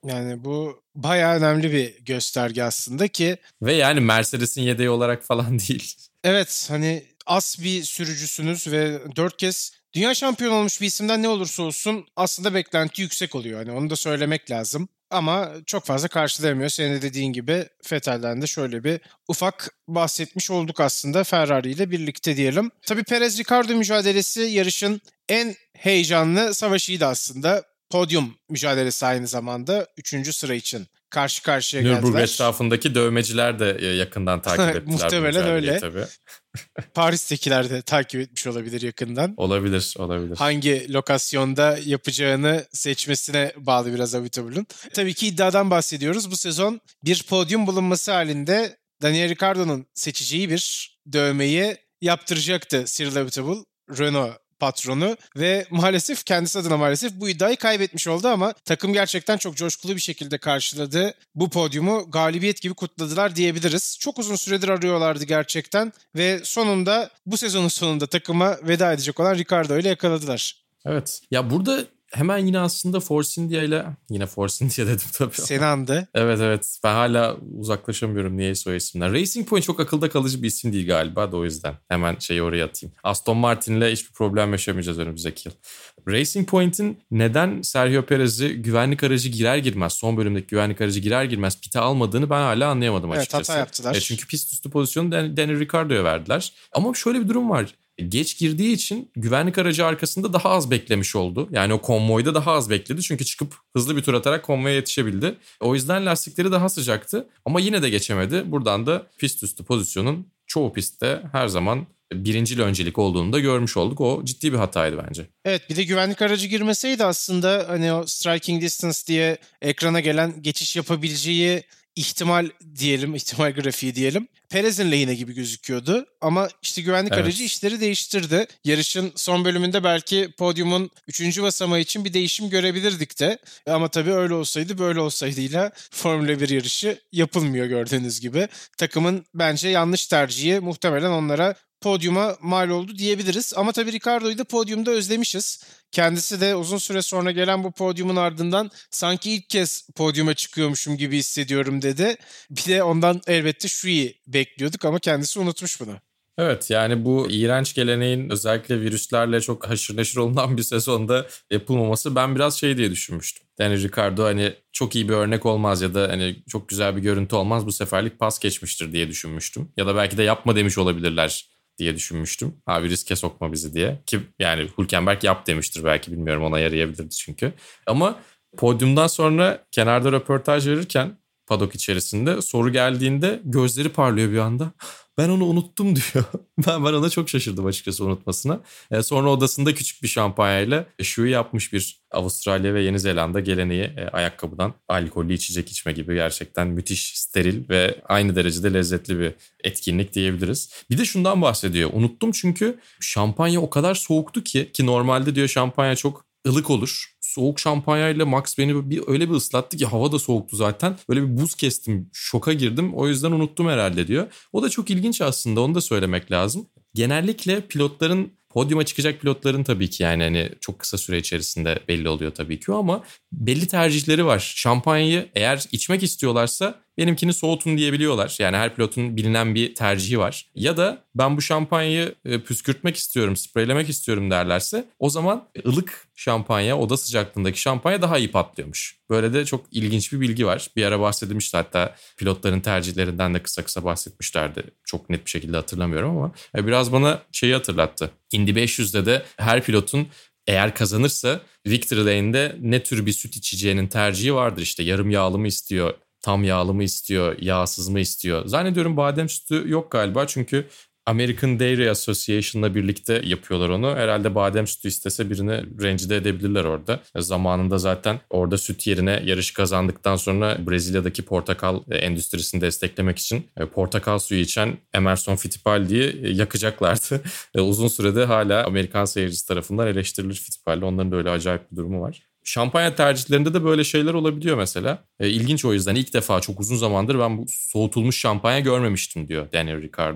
Yani bu bayağı önemli bir gösterge aslında ki. Ve yani Mercedes'in yedeği olarak falan değil. Evet, hani as bir sürücüsünüz ve dört kez dünya şampiyonu olmuş bir isimden ne olursa olsun aslında beklenti yüksek oluyor. Hani onu da söylemek lazım. Ama çok fazla karşılayamıyor. Senin de dediğin gibi Vettel'den de şöyle bir ufak bahsetmiş olduk aslında Ferrari ile birlikte diyelim. Tabii Perez-Ricardo mücadelesi yarışın en heyecanlı savaşıydı aslında. Podyum mücadelesi aynı zamanda üçüncü sıra için karşı karşıya geldiler. Nürburgring etrafındaki dövmeciler de yakından takip ettiler. Muhtemelen öyle. Tabii. Paris'tekiler de takip etmiş olabilir yakından. Olabilir, olabilir. Hangi lokasyonda yapacağını seçmesine bağlı biraz Avitable'ın. Tabii ki iddiadan bahsediyoruz. Bu sezon bir podyum bulunması halinde Daniel Ricciardo'nun seçeceği bir dövmeyi yaptıracaktı Cyril Abiteboul, Renault patronu ve maalesef kendisi adına maalesef bu iddiayı kaybetmiş oldu ama takım gerçekten çok coşkulu bir şekilde karşıladı. Bu podyumu galibiyet gibi kutladılar diyebiliriz. Çok uzun süredir arıyorlardı gerçekten ve sonunda bu sezonun sonunda takıma veda edecek olan Ricciardo ile yakaladılar. Evet. Ya burada hemen yine aslında Force India ile yine Force India dedim tabii. Seni andı. Evet evet. Ben hala uzaklaşamıyorum niyeyse o isimden. Racing Point çok akılda kalıcı bir isim değil galiba da o yüzden. Hemen şeyi oraya atayım. Aston Martin'le hiçbir problem yaşamayacağız önümüzdeki yıl. Racing Point'in neden Sergio Perez'i güvenlik aracı girer girmez, son bölümdeki güvenlik aracı girer girmez pite almadığını ben hala anlayamadım açıkçası. Evet, hata yaptılar. E çünkü pist üstü pozisyonu Dan- Daniel Ricciardo'ya verdiler. Ama şöyle bir durum var. Geç girdiği için güvenlik aracı arkasında daha az beklemiş oldu. Yani o konvoyda daha az bekledi. Çünkü çıkıp hızlı bir tur atarak konvoya yetişebildi. O yüzden lastikleri daha sıcaktı. Ama yine de geçemedi. Buradan da pist üstü pozisyonun çoğu pistte her zaman birincil öncelik olduğunu da görmüş olduk. O ciddi bir hataydı bence. Evet, bir de güvenlik aracı girmeseydi aslında hani o striking distance diye ekrana gelen geçiş yapabileceği ihtimal diyelim, ihtimal grafiği diyelim. Perez'in lehine gibi gözüküyordu ama işte güvenlik Evet. aracı işleri değiştirdi. Yarışın son bölümünde belki podyumun üçüncü basamağı için bir değişim görebilirdik de. Ama tabii öyle olsaydı böyle olsaydıyla Formula bir yarışı yapılmıyor gördüğünüz gibi. Takımın bence yanlış tercihi muhtemelen onlara podyuma mal oldu diyebiliriz. Ama tabii Ricciardo'yu da podyumda özlemişiz. Kendisi de uzun süre sonra gelen bu podyumun ardından sanki ilk kez podyuma çıkıyormuşum gibi hissediyorum dedi. Bir de ondan elbette Shui'yi bekliyorduk ama kendisi unutmuş bunu. Evet, yani bu iğrenç geleneğin özellikle virüslerle çok haşır neşir olunan bir sezonda yapılmaması ben biraz şey diye düşünmüştüm. Daniel Ricciardo hani çok iyi bir örnek olmaz ya da hani çok güzel bir görüntü olmaz, bu seferlik pas geçmiştir diye düşünmüştüm. Ya da belki de yapma demiş olabilirler diye düşünmüştüm. Abi riske sokma bizi diye. Ki yani Hülkenberg yap demiştir belki, bilmiyorum, ona yarayabilirdi çünkü. Ama podyumdan sonra kenarda röportaj verirken paddock içerisinde soru geldiğinde gözleri parlıyor bir anda. Ben onu unuttum diyor. ben, ben ona çok şaşırdım açıkçası unutmasına. E, sonra odasında küçük bir şampanyayla şu yapmış bir Avustralya ve Yeni Zelanda geleneği e, ayakkabıdan alkollü içecek içme gibi gerçekten müthiş, steril ve aynı derecede lezzetli bir etkinlik diyebiliriz. Bir de şundan bahsediyor. Unuttum çünkü şampanya o kadar soğuktu ki ki normalde diyor şampanya çok ılık olur. Soğuk şampanyayla Max beni bir öyle bir ıslattı ki hava da soğuktu zaten. Böyle bir buz kestim, şoka girdim. O yüzden unuttum herhalde diyor. O da çok ilginç aslında, onu da söylemek lazım. Genellikle pilotların, podyuma çıkacak pilotların tabii ki yani hani çok kısa süre içerisinde belli oluyor tabii ki o, ama belli tercihleri var. Şampanyayı eğer içmek istiyorlarsa benimkini soğutun diyebiliyorlar. Yani her pilotun bilinen bir tercihi var. Ya da ben bu şampanyayı püskürtmek istiyorum, spreylemek istiyorum derlerse o zaman ılık şampanya, oda sıcaklığındaki şampanya daha iyi patlıyormuş. Böyle de çok ilginç bir bilgi var. Bir ara bahsedilmişti hatta, pilotların tercihlerinden de kısa kısa bahsetmişlerdi. Çok net bir şekilde hatırlamıyorum ama biraz bana şeyi hatırlattı. Indy beş yüzde de her pilotun eğer kazanırsa Victory Lane'de ne tür bir süt içeceğinin tercihi vardır. İşte yarım yağlı mı istiyor, tam yağlı mı istiyor, yağsız mı istiyor? Zannediyorum badem sütü yok galiba çünkü American Dairy Association'la birlikte yapıyorlar onu. Herhalde badem sütü istese birini rencide edebilirler orada. Zamanında zaten orada süt yerine yarış kazandıktan sonra Brezilya'daki portakal endüstrisini desteklemek için portakal suyu içen Emerson Fittipaldi'yi yakacaklardı. Uzun sürede hala Amerikan seyircisi tarafından eleştirilir Fittipaldi. Onların da öyle acayip bir durumu var. Şampanya tercihlerinde de böyle şeyler olabiliyor mesela. E, ilginç o yüzden. İlk defa çok uzun zamandır ben bu soğutulmuş şampanya görmemiştim diyor Daniel Ricciardo.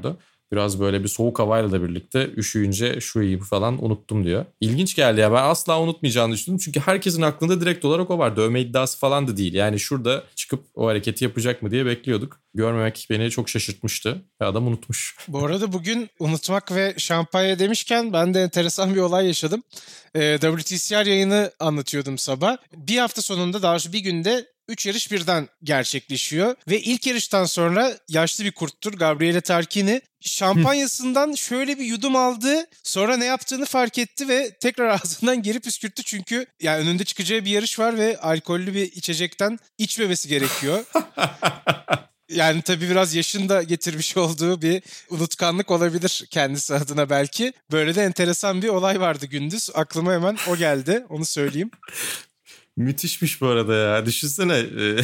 Biraz böyle bir soğuk havayla da birlikte üşüyünce şu iyi falan unuttum diyor. İlginç geldi ya, ben asla unutmayacağını düşündüm. Çünkü herkesin aklında direkt olarak o var. Dövme iddiası falan da değil. Yani şurada çıkıp o hareketi yapacak mı diye bekliyorduk. Görmemek beni çok şaşırtmıştı ve adam unutmuş. Bu arada bugün unutmak ve şampanya demişken ben de enteresan bir olay yaşadım. Ee, W T C R yayını anlatıyordum sabah. Bir hafta sonunda, daha doğrusu bir günde üç yarış birden gerçekleşiyor. Ve ilk yarıştan sonra yaşlı bir kurttur Gabriele Tarquini şampanyasından şöyle bir yudum aldı. Sonra ne yaptığını fark etti ve tekrar ağzından geri püskürttü. Çünkü yani önünde çıkacağı bir yarış var ve alkollü bir içecekten içmemesi gerekiyor. Yani tabii biraz yaşın da getirmiş olduğu bir unutkanlık olabilir kendisi adına belki. Böyle de enteresan bir olay vardı gündüz. Aklıma hemen o geldi, onu söyleyeyim. Müthişmiş bu arada ya. Düşünsene e,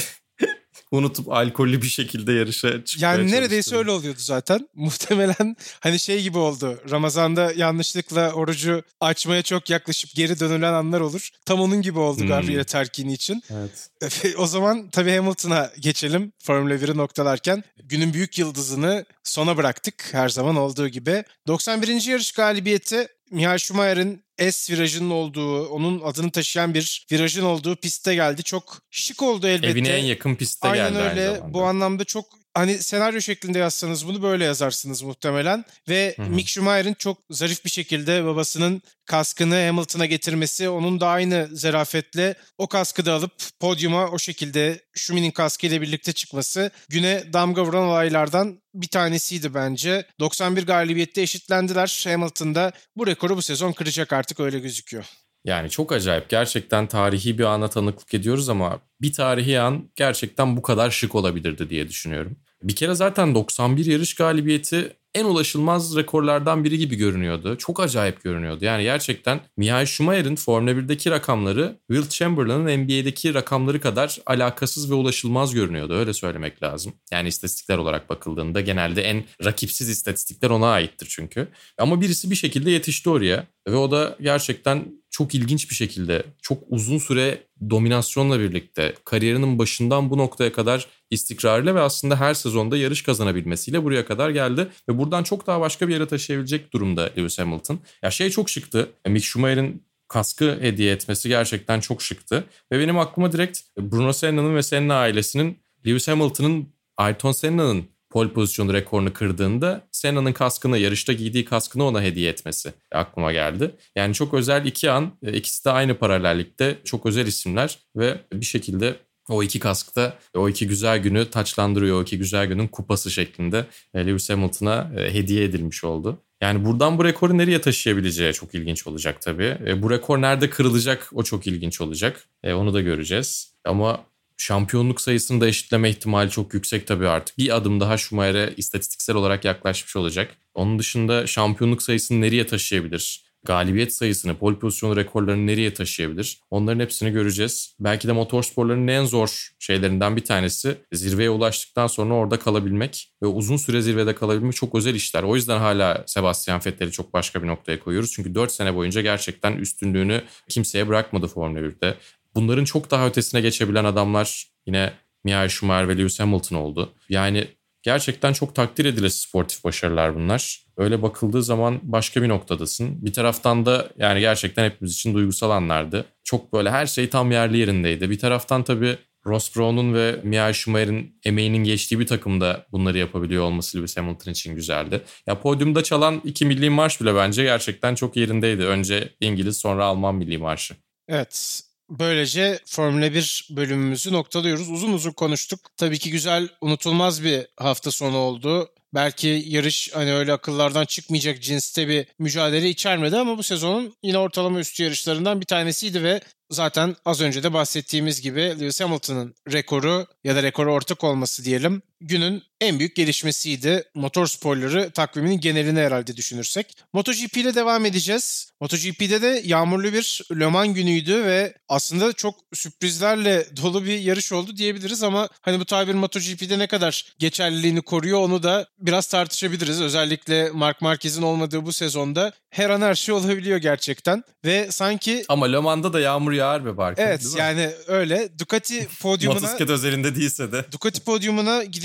unutup alkollü bir şekilde yarışa çıkmaya Yani çalıştım. neredeyse öyle oluyordu zaten. Muhtemelen hani şey gibi oldu. Ramazan'da yanlışlıkla orucu açmaya çok yaklaşıp geri dönülen anlar olur. Tam onun gibi oldu hmm. Gabriele Tarquini için. Evet. O zaman tabii Hamilton'a geçelim Formula biri noktalarken. Günün büyük yıldızını sona bıraktık her zaman olduğu gibi. doksan birinci yarış galibiyeti Michael Schumacher'in S virajının olduğu, onun adını taşıyan bir virajın olduğu pistte geldi. Çok şık oldu elbette. Evine en yakın pistte Aynen geldi öyle. aynı zamanda. Bu anlamda çok, hani senaryo şeklinde yazsanız bunu böyle yazarsınız muhtemelen. Ve hı hı. Mick Schumacher'in çok zarif bir şekilde babasının kaskını Hamilton'a getirmesi, onun da aynı zarafetle o kaskı da alıp podyuma o şekilde Schumi'nin kaskıyla birlikte çıkması güne damga vuran olaylardan bir tanesiydi bence. doksan bir galibiyette eşitlendiler. Hamilton da bu rekoru bu sezon kıracak artık, öyle gözüküyor. Yani çok acayip. Gerçekten tarihi bir ana tanıklık ediyoruz ama bir tarihi an gerçekten bu kadar şık olabilirdi diye düşünüyorum. Bir kere zaten doksan bir yarış galibiyeti en ulaşılmaz rekorlardan biri gibi görünüyordu. Çok acayip görünüyordu. Yani gerçekten Michael Schumacher'in Formula birdeki rakamları Will Chamberlain'ın N B A'deki rakamları kadar alakasız ve ulaşılmaz görünüyordu. Öyle söylemek lazım. Yani istatistikler olarak bakıldığında genelde en rakipsiz istatistikler ona aittir çünkü. Ama birisi bir şekilde yetişti oraya ve o da gerçekten çok ilginç bir şekilde, çok uzun süre dominasyonla birlikte kariyerinin başından bu noktaya kadar istikrarıyla ve aslında her sezonda yarış kazanabilmesiyle buraya kadar geldi. Ve buradan çok daha başka bir yere taşıyabilecek durumda Lewis Hamilton. Ya şey çok şıktı. Mick Schumacher'in kaskı hediye etmesi gerçekten çok şıktı. Ve benim aklıma direkt Bruno Senna'nın ve Senna ailesinin Lewis Hamilton'ın Ayrton Senna'nın pole pozisyonu rekorunu kırdığında Senna'nın kaskını, yarışta giydiği kaskını ona hediye etmesi aklıma geldi. Yani çok özel iki an, ikisi de aynı paralellikte çok özel isimler ve bir şekilde o iki kaskta o iki güzel günü taçlandırıyor. O iki güzel günün kupası şeklinde Lewis Hamilton'a hediye edilmiş oldu. Yani buradan bu rekoru nereye taşıyabileceği çok ilginç olacak tabii. Bu rekor nerede kırılacak o çok ilginç olacak. Onu da göreceğiz. Ama şampiyonluk sayısını da eşitleme ihtimali çok yüksek tabii artık. Bir adım daha Schumacher'e istatistiksel olarak yaklaşmış olacak. Onun dışında şampiyonluk sayısını nereye taşıyabilir? Galibiyet sayısını, pole pozisyonu rekorlarını nereye taşıyabilir? Onların hepsini göreceğiz. Belki de motorsporların en zor şeylerinden bir tanesi zirveye ulaştıktan sonra orada kalabilmek ve uzun süre zirvede kalabilmek çok özel işler. O yüzden hala Sebastian Vettel'i çok başka bir noktaya koyuyoruz. Çünkü dört sene boyunca gerçekten üstünlüğünü kimseye bırakmadı Formula birde. Bunların çok daha ötesine geçebilen adamlar yine Michael Schumacher ve Lewis Hamilton oldu. Yani gerçekten çok takdir edilesi sportif başarılar bunlar. Öyle bakıldığı zaman başka bir noktadasın. Bir taraftan da yani gerçekten hepimiz için duygusal anlardı. Çok böyle her şey tam yerli yerindeydi. Bir taraftan tabii Ross Brown'un ve Michael Schumacher'in emeğinin geçtiği bir takımda bunları yapabiliyor olması Lewis Hamilton için güzeldi. Ya podyumda çalan iki milli marş bile bence gerçekten çok yerindeydi. Önce İngiliz, sonra Alman milli marşı. Evet. Böylece Formula bir bölümümüzü noktalıyoruz. Uzun uzun konuştuk. Tabii ki güzel, unutulmaz bir hafta sonu oldu. Belki yarış hani öyle akıllardan çıkmayacak cinste bir mücadele içermedi ama bu sezonun yine ortalama üstü yarışlarından bir tanesiydi ve zaten az önce de bahsettiğimiz gibi Lewis Hamilton'ın rekoru ya da rekora ortak olması diyelim günün en büyük gelişmesiydi. Motorsporları takviminin genelini herhalde düşünürsek. MotoGP ile devam edeceğiz. MotoGP'de de yağmurlu bir Le Mans günüydü ve aslında çok sürprizlerle dolu bir yarış oldu diyebiliriz ama hani bu tabir MotoGP'de ne kadar geçerliliğini koruyor onu da biraz tartışabiliriz. Özellikle Marc Marquez'in olmadığı bu sezonda her an her şey olabiliyor gerçekten ve sanki... Ama Le Mans'da da yağmur yağar be Barkın, evet, yani öyle. Ducati podyumuna... Motosiklet özelinde değilse de. Ducati podyumuna gidecek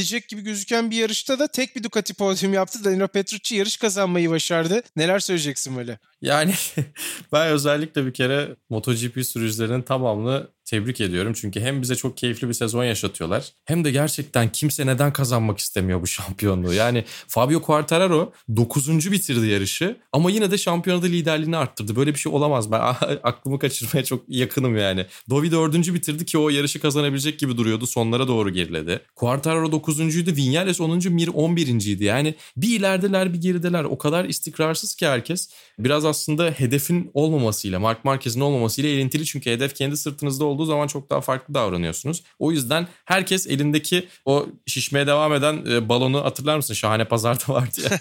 bitecek gibi gözüken bir yarışta da tek bir Ducati podyum yaptı. Danilo Petrucci yarış kazanmayı başardı. Neler söyleyeceksin böyle? Yani ben özellikle bir kere MotoGP sürücülerinin tamamını tebrik ediyorum. Çünkü hem bize çok keyifli bir sezon yaşatıyorlar. Hem de gerçekten kimse neden kazanmak istemiyor bu şampiyonluğu. Yani Fabio Quartararo dokuzuncu bitirdi yarışı ama yine de şampiyonada liderliğini arttırdı. Böyle bir şey olamaz. Ben aklımı kaçırmaya çok yakınım yani. Dovi dördüncü bitirdi ki o yarışı kazanabilecek gibi duruyordu. Sonlara doğru geriledi. Quartararo dokuzuncuydu. Viñales onuncu. Mir on birinciydi. Yani bir ilerideler bir gerideler. O kadar istikrarsız ki herkes. Biraz aslında hedefin olmamasıyla, Marc Marquez'in olmamasıyla elintili. Çünkü hedef kendi sırtınızda olduğu zaman çok daha farklı davranıyorsunuz. O yüzden herkes elindeki o şişmeye devam eden e, balonu hatırlar mısın? Şahane Pazar'da vardı ya.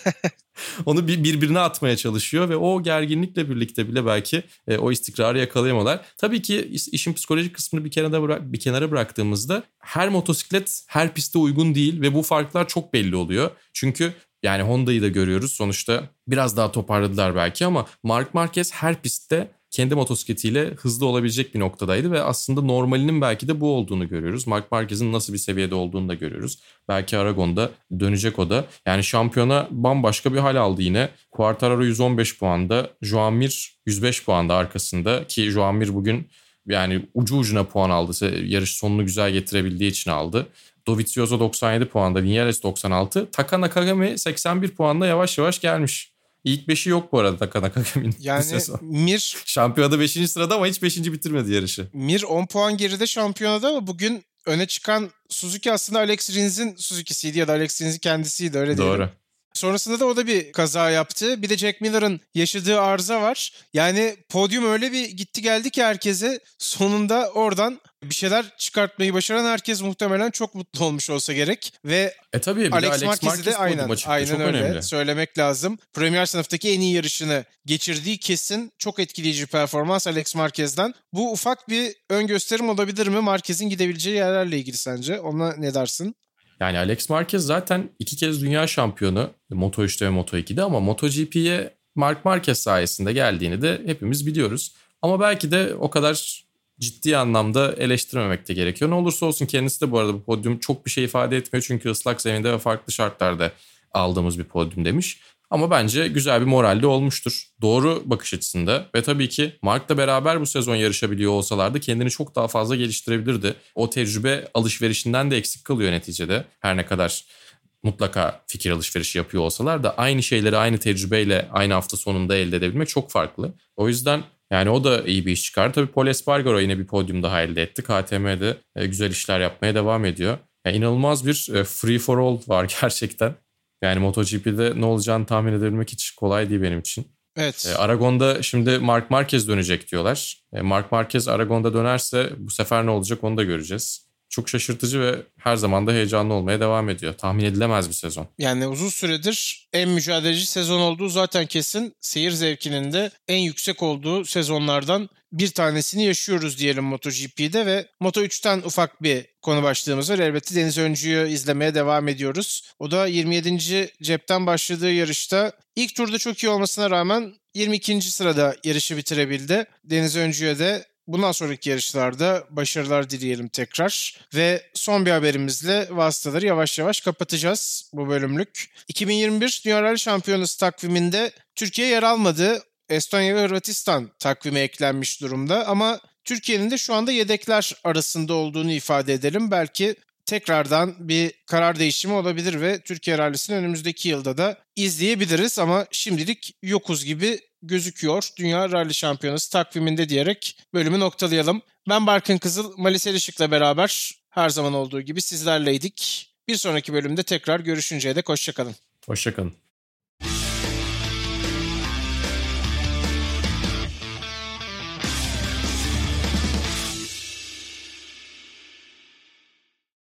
Onu bir, birbirine atmaya çalışıyor ve o gerginlikle birlikte bile belki e, o istikrarı yakalayamadılar. Tabii ki işin psikolojik kısmını bir kenara bıra- bir kenara bıraktığımızda her motosiklet her piste uygun değil ve bu farklar çok belli oluyor. Çünkü yani Honda'yı da görüyoruz. Sonuçta biraz daha toparladılar belki ama Marc Marquez her pistte kendi motosikletiyle hızlı olabilecek bir noktadaydı ve aslında normalinin belki de bu olduğunu görüyoruz. Marc Marquez'in nasıl bir seviyede olduğunu da görüyoruz. Belki Aragon'da dönecek o da. Yani şampiyona bambaşka bir hal aldı yine. Quartararo yüz on beş puanda, Joan Mir yüz beş puanda arkasında ki Joan Mir bugün yani ucu ucuna puan aldı. Yarış sonunu güzel getirebildiği için aldı. Dovizioso doksan yedi puanda, Viñales doksan altı. Taka Nakagami seksen bir puanla yavaş yavaş gelmiş. İlk beşi yok bu arada Taka Nakagami'nin. Yani Mir... Şampiyonada beşinci sırada ama hiç beşinci bitirmedi yarışı. Mir on puan geride şampiyonada ama bugün öne çıkan Suzuki aslında Alex Rins'in Suzuki'siydi ya da Alex Rins'in kendisiydi öyle diyelim. Doğru. Sonrasında da o da bir kaza yaptı. Bir de Jack Miller'ın yaşadığı arıza var. Yani podyum öyle bir gitti geldi ki herkese sonunda oradan bir şeyler çıkartmayı başaran herkes muhtemelen çok mutlu olmuş olsa gerek. Ve e tabii bir Alex, Alex Marquez'i Marquez de aynen, aynen çok öyle önemli. Söylemek lazım. Premier sınıftaki en iyi yarışını geçirdiği kesin. Çok etkileyici performans Alex Marquez'den. Bu ufak bir ön gösterim olabilir mi Marquez'in gidebileceği yerlerle ilgili sence? Ona ne dersin? Yani Alex Marquez zaten iki kez dünya şampiyonu Moto üçte ve Moto ikide ama MotoGP'ye Marc Marquez sayesinde geldiğini de hepimiz biliyoruz. Ama belki de o kadar ciddi anlamda eleştirmemek de gerekiyor. Ne olursa olsun kendisi de bu arada bu podyum çok bir şey ifade etmiyor. Çünkü ıslak zeminde ve farklı şartlarda aldığımız bir podyum demiş. Ama bence güzel bir moralde olmuştur. Doğru bakış açısında ve tabii ki Marc'la beraber bu sezon yarışabiliyor olsalardı kendini çok daha fazla geliştirebilirdi. O tecrübe alışverişinden de eksik kalıyor neticede. Her ne kadar mutlaka fikir alışverişi yapıyor olsalar da aynı şeyleri aynı tecrübeyle aynı hafta sonunda elde edebilmek çok farklı. O yüzden yani o da iyi bir iş çıkardı. Tabii Pol Espargaro yine bir podyum daha elde etti. K T M'de güzel işler yapmaya devam ediyor. Yani inanılmaz bir free for all var gerçekten. Yani MotoGP'de ne olacağını tahmin edebilmek hiç kolay değil benim için. Evet. E, Aragon'da şimdi Marc Marquez dönecek diyorlar. E, Marc Marquez Aragon'da dönerse bu sefer ne olacak onu da göreceğiz. Çok şaşırtıcı ve her zaman da heyecanlı olmaya devam ediyor. Tahmin edilemez bir sezon. Yani uzun süredir en mücadeleci sezon olduğu zaten kesin. Seyir zevkinin de en yüksek olduğu sezonlardan bir tanesini yaşıyoruz diyelim MotoGP'de ve Moto üçten ufak bir konu başlığımız var. Elbette Deniz Öncü'yü izlemeye devam ediyoruz. O da yirmi yedinci cepten başladığı yarışta ilk turda çok iyi olmasına rağmen yirmi ikinci sırada yarışı bitirebildi. Deniz Öncü'ye de bundan sonraki yarışlarda başarılar dileyelim tekrar. Ve son bir haberimizle vasıtaları yavaş yavaş kapatacağız bu bölümlük. iki bin yirmi bir Dünya Rally Şampiyonası takviminde Türkiye yer almadı. Estonya ve Hırvatistan takvime eklenmiş durumda ama Türkiye'nin de şu anda yedekler arasında olduğunu ifade edelim. Belki tekrardan bir karar değişimi olabilir ve Türkiye Rally'sini önümüzdeki yılda da izleyebiliriz ama şimdilik yokuz gibi gözüküyor Dünya Rally Şampiyonası takviminde diyerek bölümü noktalayalım. Ben Barkın Kızıl, Malis Elişik'le beraber her zaman olduğu gibi sizlerleydik. Bir sonraki bölümde tekrar görüşünceye dek hoşça kalın. Hoşça kalın.